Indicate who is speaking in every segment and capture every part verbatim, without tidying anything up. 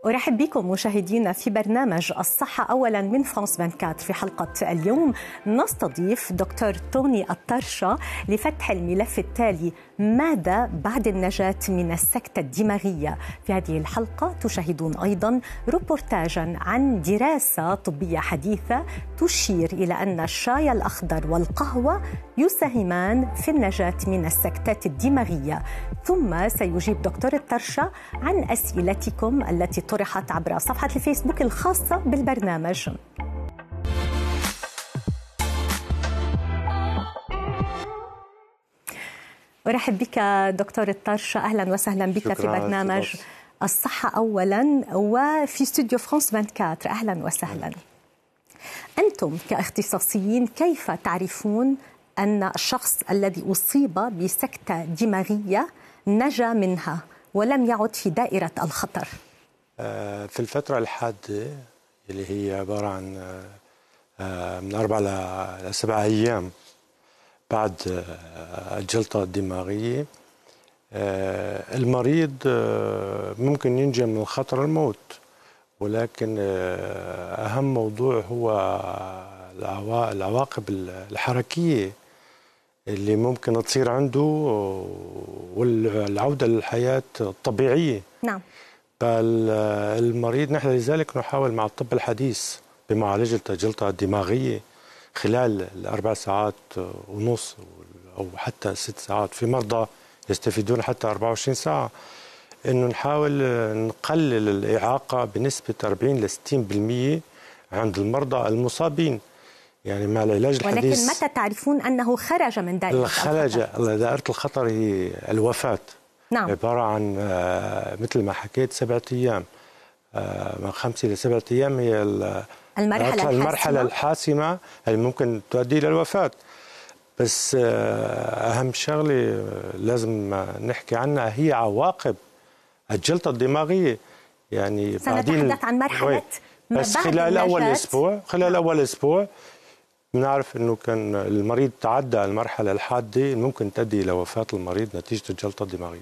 Speaker 1: أرحب بكم مشاهدينا في برنامج الصحة أولا من فرانس أربعة وعشرين. في حلقة اليوم نستضيف دكتور توني الطرشة لفتح الملف التالي: ماذا بعد النجاة من السكتة الدماغية؟ في هذه الحلقة تشاهدون أيضا روبورتاجا عن دراسة طبية حديثة تشير إلى أن الشاي الأخضر والقهوة يساهمان في النجاة من السكتات الدماغية. ثم سيجيب دكتور الطرشة عن أسئلتكم التي طرحت عبر صفحة الفيسبوك الخاصة بالبرنامج. أرحب بك دكتور الطرشة، أهلا وسهلا بك في برنامج الصحة أولا وفي استوديو فرانس أربعة وعشرين. أهلا وسهلا. أنتم كاختصاصيين كيف تعرفون أن الشخص الذي أصيب بسكتة دماغية نجا منها ولم يعد في دائرة الخطر؟
Speaker 2: في الفترة الحادة اللي هي عبارة عن من أربع لسبع أيام بعد الجلطة الدماغية، المريض ممكن ينجى من خطر الموت، ولكن أهم موضوع هو العواقب الحركية اللي ممكن تصير عنده والعودة للحياة الطبيعية.
Speaker 1: نعم.
Speaker 2: فالمريض نحن لذلك نحاول مع الطب الحديث بمعالجة الجلطة الدماغية خلال الأربع ساعات ونص أو حتى ست ساعات، في مرضى يستفيدون حتى أربعة وعشرين ساعة، إنه نحاول نقلل الإعاقة بنسبة أربعين إلى ستين بالمئة عند المرضى المصابين، يعني مع العلاج الحديث.
Speaker 1: ولكن متى تعرفون أنه خرج من دائرة
Speaker 2: الخطر؟ دائرة الخطر هي الوفاة.
Speaker 1: نعم.
Speaker 2: عبارة عن مثل ما حكيت سبعة أيام، من خمسة إلى سبعة أيام هي
Speaker 1: المرحلة,
Speaker 2: المرحلة الحاسمة اللي ممكن تؤدي إلى الوفاة. بس أهم شغلة لازم نحكي عنها هي عواقب الجلطة الدماغية. يعني
Speaker 1: سنتحدث عن مرحلة ما
Speaker 2: بس
Speaker 1: بعد
Speaker 2: خلال أول
Speaker 1: النجاة.
Speaker 2: أسبوع خلال نعم. أول أسبوع بنعرف إنه كان المريض تعدى المرحلة الحادة ممكن تؤدي إلى وفاة المريض نتيجة الجلطة الدماغية.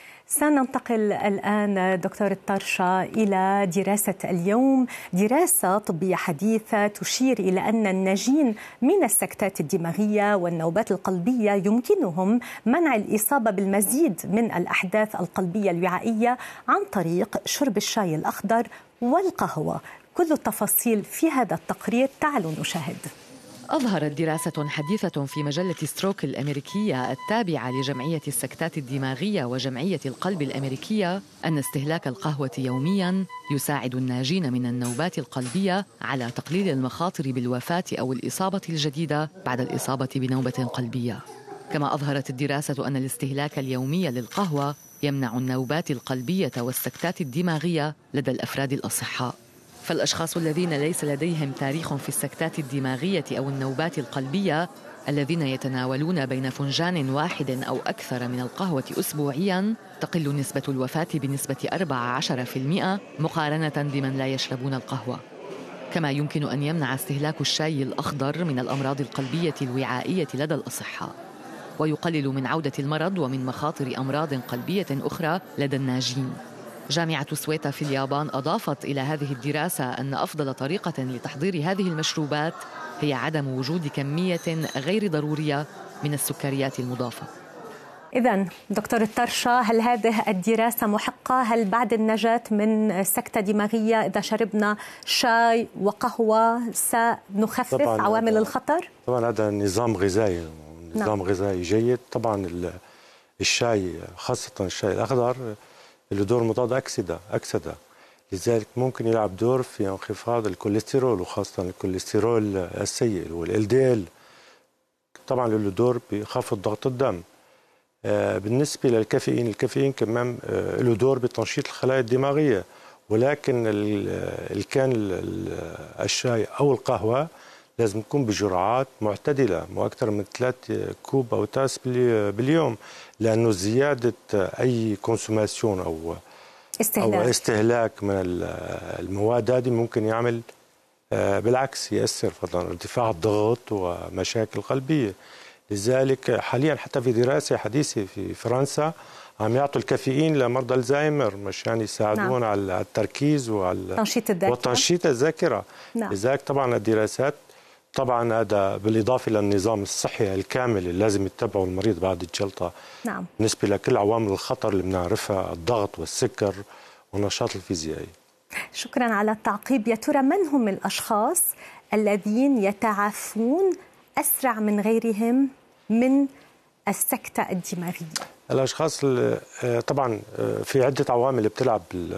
Speaker 1: سننتقل الآن دكتور الطرشة إلى دراسة اليوم، دراسة طبية حديثة تشير إلى أن الناجين من السكتات الدماغية والنوبات القلبية يمكنهم منع الإصابة بالمزيد من الأحداث القلبية الوعائية عن طريق شرب الشاي الأخضر والقهوة. كل التفاصيل في هذا التقرير، تعالوا نشاهد.
Speaker 3: أظهرت دراسة حديثة في مجلة ستروك الأمريكية التابعة لجمعية السكتات الدماغية وجمعية القلب الأمريكية أن استهلاك القهوة يومياً يساعد الناجين من النوبات القلبية على تقليل المخاطر بالوفاة أو الإصابة الجديدة بعد الإصابة بنوبة قلبية. كما أظهرت الدراسة أن الاستهلاك اليومي للقهوة يمنع النوبات القلبية والسكتات الدماغية لدى الأفراد الأصحاء. فالأشخاص الذين ليس لديهم تاريخ في السكتات الدماغية أو النوبات القلبية الذين يتناولون بين فنجان واحد أو أكثر من القهوة أسبوعياً تقل نسبة الوفاة بنسبة أربعة عشر بالمئة مقارنة بمن لا يشربون القهوة. كما يمكن أن يمنع استهلاك الشاي الأخضر من الأمراض القلبية الوعائية لدى الأصحاء، ويقلل من عودة المرض ومن مخاطر أمراض قلبية أخرى لدى الناجين. جامعة سويتا في اليابان أضافت إلى هذه الدراسة أن أفضل طريقة لتحضير هذه المشروبات هي عدم وجود كمية غير ضرورية من السكريات المضافة.
Speaker 1: إذن دكتور الطرشة، هل هذه الدراسة محقة؟ هل بعد النجاة من سكتة دماغية إذا شربنا شاي وقهوة سنخفف عوامل الخطر؟
Speaker 2: طبعا هذا نظام غذائي، نظام نعم. غذائي جيد. طبعا الشاي خاصة الشاي الأخضر له دور مضاد أكسدة أكسدة لذلك ممكن يلعب دور في انخفاض الكوليسترول، وخاصة الكوليسترول السيء اللي هو ال دي إل. طبعا له دور بخفض ضغط الدم. بالنسبة للكافيين، الكافيين كمان له دور بتنشيط الخلايا الدماغية، ولكن ال كان الشاي أو القهوة لازم تكون بجرعات معتدلة، مو أكثر من ثلاث كوب أو تاس باليوم، لأنه زيادة أي كونسوماسيون أو استهلاك. أو استهلاك من المواد هذه ممكن يعمل بالعكس يأثر في ارتفاع الضغط ومشاكل قلبية. لذلك حاليا حتى في دراسة حديثة في فرنسا عم يعطوا الكافيين لمرضى الزهايمر مشان يساعدون نعم. على التركيز وعلى
Speaker 1: تنشيط الذاكرة
Speaker 2: وتنشيط الذاكرة.
Speaker 1: نعم.
Speaker 2: لذلك طبعا الدراسات طبعا هذا بالإضافة للنظام الصحي الكامل اللي لازم يتبعه المريض بعد الجلطة
Speaker 1: نعم.
Speaker 2: بالنسبة لكل عوامل الخطر اللي بنعرفها، الضغط والسكر والنشاط الفيزيائي.
Speaker 1: شكرا على التعقيب. يا ترى من هم الأشخاص الذين يتعافون أسرع من غيرهم من السكتة الدماغية؟
Speaker 2: الأشخاص طبعا في عدة عوامل بتلعب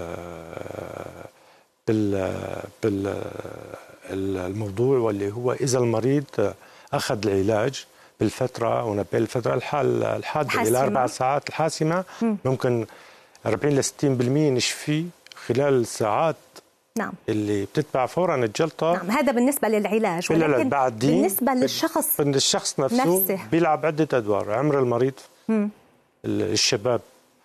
Speaker 2: بال بال الموضوع، واللي هو إذا المريض أخذ العلاج بالفترة ونبه الفترة الحادة إلى أربع ساعات الحاسمة م. ممكن أربعين لستين بالمئة نشفيه خلال الساعات
Speaker 1: نعم.
Speaker 2: اللي بتتبع فورا الجلطة.
Speaker 1: نعم، هذا بالنسبة للعلاج،
Speaker 2: ولكن
Speaker 1: بالنسبة للشخص
Speaker 2: الشخص نفسه, نفسه بيلعب عدة أدوار. عمر المريض م. الشباب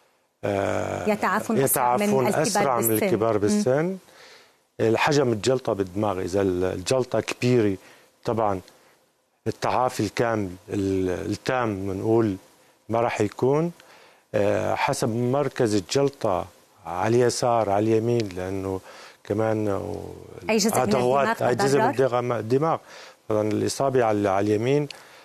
Speaker 1: آه يتعافون,
Speaker 2: يتعافون أسرع, أسرع من الكبار بالسن. م. الحجم الجلطة بالدماغ، إذا الجلطة كبيرة طبعا التعافي الكامل التام بنقول ما راح يكون. حسب مركز الجلطة على اليسار على اليمين، لأنه كمان
Speaker 1: أي جزء من الدماغ
Speaker 2: أي جزء من الدماغ طبعا الإصابة على اليمين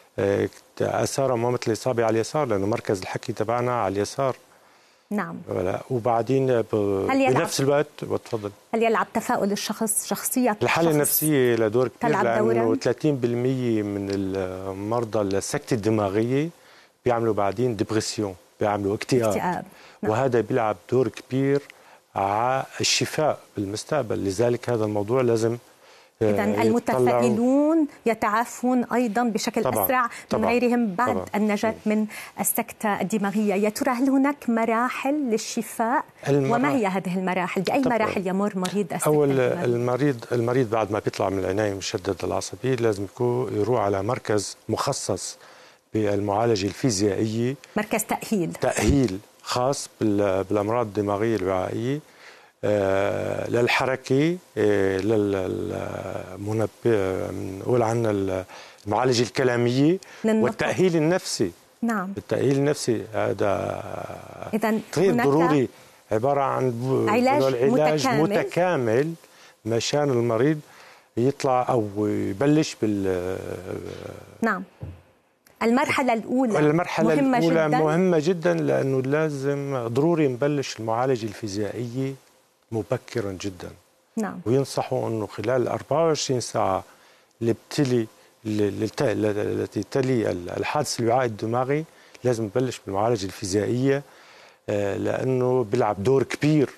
Speaker 2: أثارها مو مثل الإصابة على اليسار، لأنه مركز الحكي تبعنا على اليسار.
Speaker 1: نعم.
Speaker 2: وبعدين بنفس الوقت بتفضل
Speaker 1: هل يلعب تفاؤل الشخص شخصية
Speaker 2: الحالة النفسية لدور كبير، لأنه
Speaker 1: دورا؟
Speaker 2: ثلاثين بالمئة من المرضى السكتة الدماغية بيعملوا بعدين ديبرسيون، بيعملوا اكتئاب, اكتئاب. نعم. وهذا بيلعب دور كبير على الشفاء بالمستقبل. لذلك هذا الموضوع لازم
Speaker 1: إذا المتفائلون يتعافون أيضا بشكل طبعًا أسرع من غيرهم بعد طبعًا النجاة من السكتة الدماغية. يا ترى هل هناك مراحل للشفاء؟ وما هي هذه المراحل؟ بأي طبعًا مراحل يمر مريض السكتة
Speaker 2: أول
Speaker 1: الدماغية؟
Speaker 2: المريض المريض بعد ما بيطلع من العناية المشددة العصبية لازم يكون يروح على مركز مخصص بالمعالجة الفيزيائية،
Speaker 1: مركز تأهيل
Speaker 2: تأهيل خاص بالأمراض الدماغية الوعائية، آه للحركة، آه للمنبه، نقول عنها المعالجة الكلامية، والتأهيل النفسي.
Speaker 1: نعم.
Speaker 2: التأهيل النفسي هذا
Speaker 1: إذن
Speaker 2: غير ضروري، عبارة عن
Speaker 1: علاج,
Speaker 2: علاج
Speaker 1: متكامل.
Speaker 2: متكامل مشان المريض يطلع أو يبلش بال
Speaker 1: نعم. المرحلة الأولى
Speaker 2: المرحلة
Speaker 1: مهمة
Speaker 2: الأولى
Speaker 1: جدا.
Speaker 2: مهمة جدا، لأنه لازم ضروري نبلش المعالجة الفيزيائية مبكرا جدا.
Speaker 1: نعم.
Speaker 2: وينصحوا أنه خلال أربعة وعشرين ساعة اللي بتلي التي تلي الحادث الوعائي الدماغي لازم نبلش بالمعالجة الفيزيائية، لأنه بيلعب دور كبير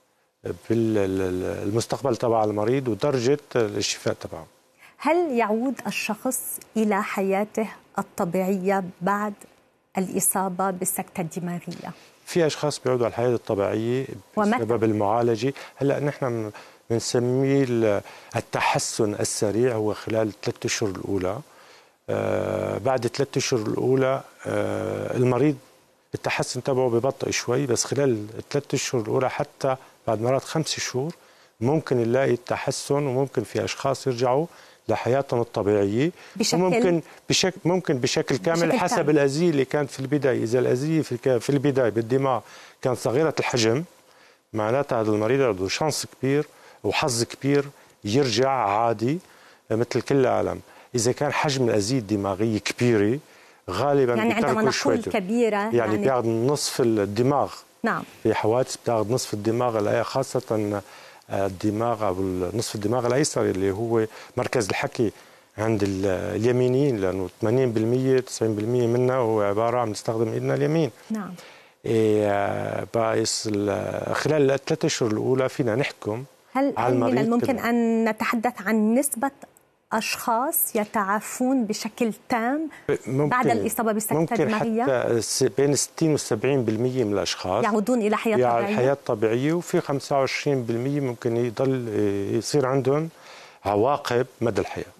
Speaker 2: بالمستقبل تبع المريض ودرجة الشفاء تبعه.
Speaker 1: هل يعود الشخص إلى حياته الطبيعية بعد الإصابة بالسكتة الدماغية؟
Speaker 2: في أشخاص بيعودوا على الحياة الطبيعية بسبب المعالجة. هلأ نحن بنسميه التحسن السريع، هو خلال الثلاث أشهر الأولى. آه بعد الثلاث أشهر الأولى آه المريض التحسن تبعه ببطئ شوي، بس خلال الثلاث أشهر الأولى حتى بعد مرات خمس شهور ممكن نلاقي التحسن، وممكن في أشخاص يرجعوا لحياتهم الطبيعية
Speaker 1: بشكل
Speaker 2: ممكن بشكل ممكن بشكل كامل بشكل حسب كامل. الأذية اللي كانت في البداية. إذا الأذية في في البداية بالدماغ كانت صغيرة الحجم، معناتها هذا المريض عنده شانس كبير وحظ كبير يرجع عادي مثل كل العالم. إذا كان حجم الأذية الدماغية كبيرة غالبا
Speaker 1: يعني عندما نقول كبيرة
Speaker 2: يعني, يعني بياخذ نصف الدماغ.
Speaker 1: نعم.
Speaker 2: في حوادث بتاخذ نصف الدماغ، خاصة الدماغ أو نصف الدماغ الأيسر اللي هو مركز الحكي عند اليمينيين، لأنه ثمانين بالمئة تسعين بالمئة منه هو عبارة عن نستخدم إيدنا اليمين.
Speaker 1: نعم.
Speaker 2: إيه باعث خلال الثلاث أشهر الأولى فينا نحكم.
Speaker 1: هل من الممكن أن نتحدث عن نسبة أشخاص يتعافون بشكل تام بعد الإصابة بالسكتة الدماغية؟
Speaker 2: ممكن حتى بين ستين وسبعين بالمئة من الأشخاص
Speaker 1: يعودون إلى حياة طبيعية.
Speaker 2: يعني الحياة الطبيعية، وفي خمسة وعشرين بالمئة ممكن يضل يصير عندهم عواقب مدى الحياة.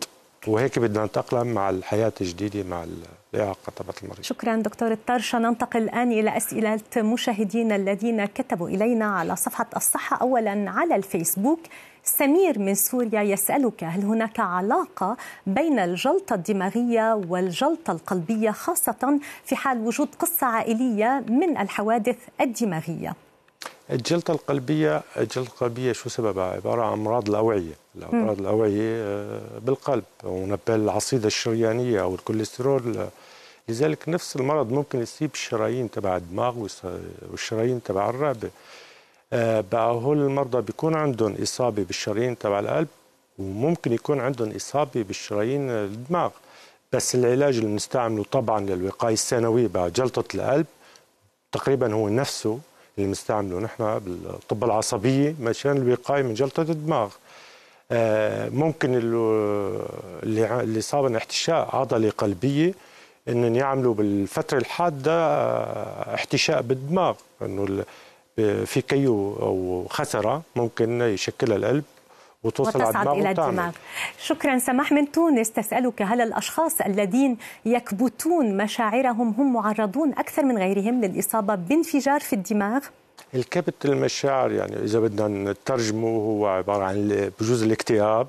Speaker 2: وهيك بدنا نتأقلم مع الحياة الجديدة مع الإعاقة تبعت المريض.
Speaker 1: شكرا دكتور الطرشة. ننتقل الآن إلى أسئلة مشاهدينا الذين كتبوا إلينا على صفحة الصحة. أولا على الفيسبوك، سمير من سوريا يسألك: هل هناك علاقة بين الجلطة الدماغية والجلطة القلبية، خاصة في حال وجود قصة عائلية من الحوادث الدماغية؟
Speaker 2: الجلطة القلبية الجلطة القلبية شو سببها؟ عبارة عن أمراض الأوعية، الأمراض الأوعية بالقلب ونبال العصيدة الشريانية أو الكوليسترول. لذلك نفس المرض ممكن يصيب الشرايين تبع الدماغ والشرايين تبع الرقبة. بقى هول المرضى بيكون عندهم إصابة بالشرايين تبع القلب، وممكن يكون عندهم إصابة بالشرايين الدماغ. بس العلاج اللي بنستعمله طبعا للوقاية الثانوية بعد جلطة القلب تقريبا هو نفسه اللي بنستعمله نحن بالطب العصبية مشان الوقاية من جلطة الدماغ. ممكن اللي اللي صابن احتشاء عضلة قلبية انهم يعملوا بالفترة الحادة احتشاء بالدماغ، انه في كيو او خسرة ممكن يشكلها القلب وتوصل على الدماغ
Speaker 1: إلى الدماغ. شكرا. سماح من تونس تسألك: هل الأشخاص الذين يكبتون مشاعرهم هم معرضون أكثر من غيرهم للإصابة بانفجار في الدماغ؟
Speaker 2: الكبت المشاعر يعني إذا بدنا نترجمه هو عبارة عن بجوز الاكتئاب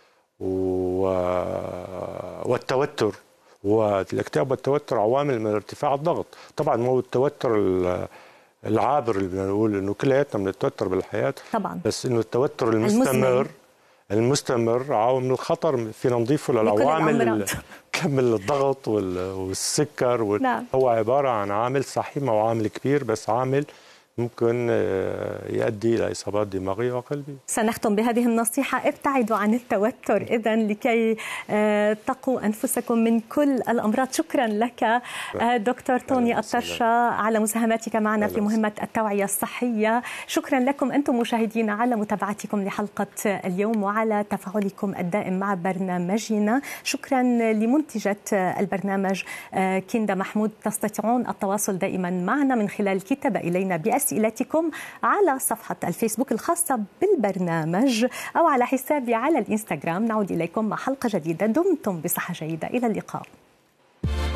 Speaker 2: والتوتر. والاكتئاب والتوتر عوامل من ارتفاع الضغط. طبعا مو التوتر العابر اللي بدنا نقول انه كلياتنا بنتوتر بالحياه
Speaker 1: طبعا،
Speaker 2: بس انه التوتر المستمر المستمر عوامل الخطر فينا نضيفه للعوامل كمل الضغط والسكر وال... نعم. هو عباره عن عامل صحيح ما هو عامل كبير، بس عامل ممكن يؤدي إلى إصابات دماغية وقلبية.
Speaker 1: سنختم بهذه النصيحة: ابتعدوا عن التوتر إذن لكي تقوا أنفسكم من كل الأمراض. شكرا لك دكتور توني الطرشة على مساهمتك معنا في مهمة التوعية الصحية. شكرا لكم أنتم مشاهدينا على متابعتكم لحلقة اليوم وعلى تفاعلكم الدائم مع برنامجنا. شكرا لمنتجة البرنامج كندا محمود. تستطيعون التواصل دائما معنا من خلال الكتابة إلينا بأسئلة أسئلتكم على صفحة الفيسبوك الخاصة بالبرنامج أو على حسابي على الإنستغرام. نعود إليكم مع حلقة جديدة. دمتم بصحة جيدة. إلى اللقاء.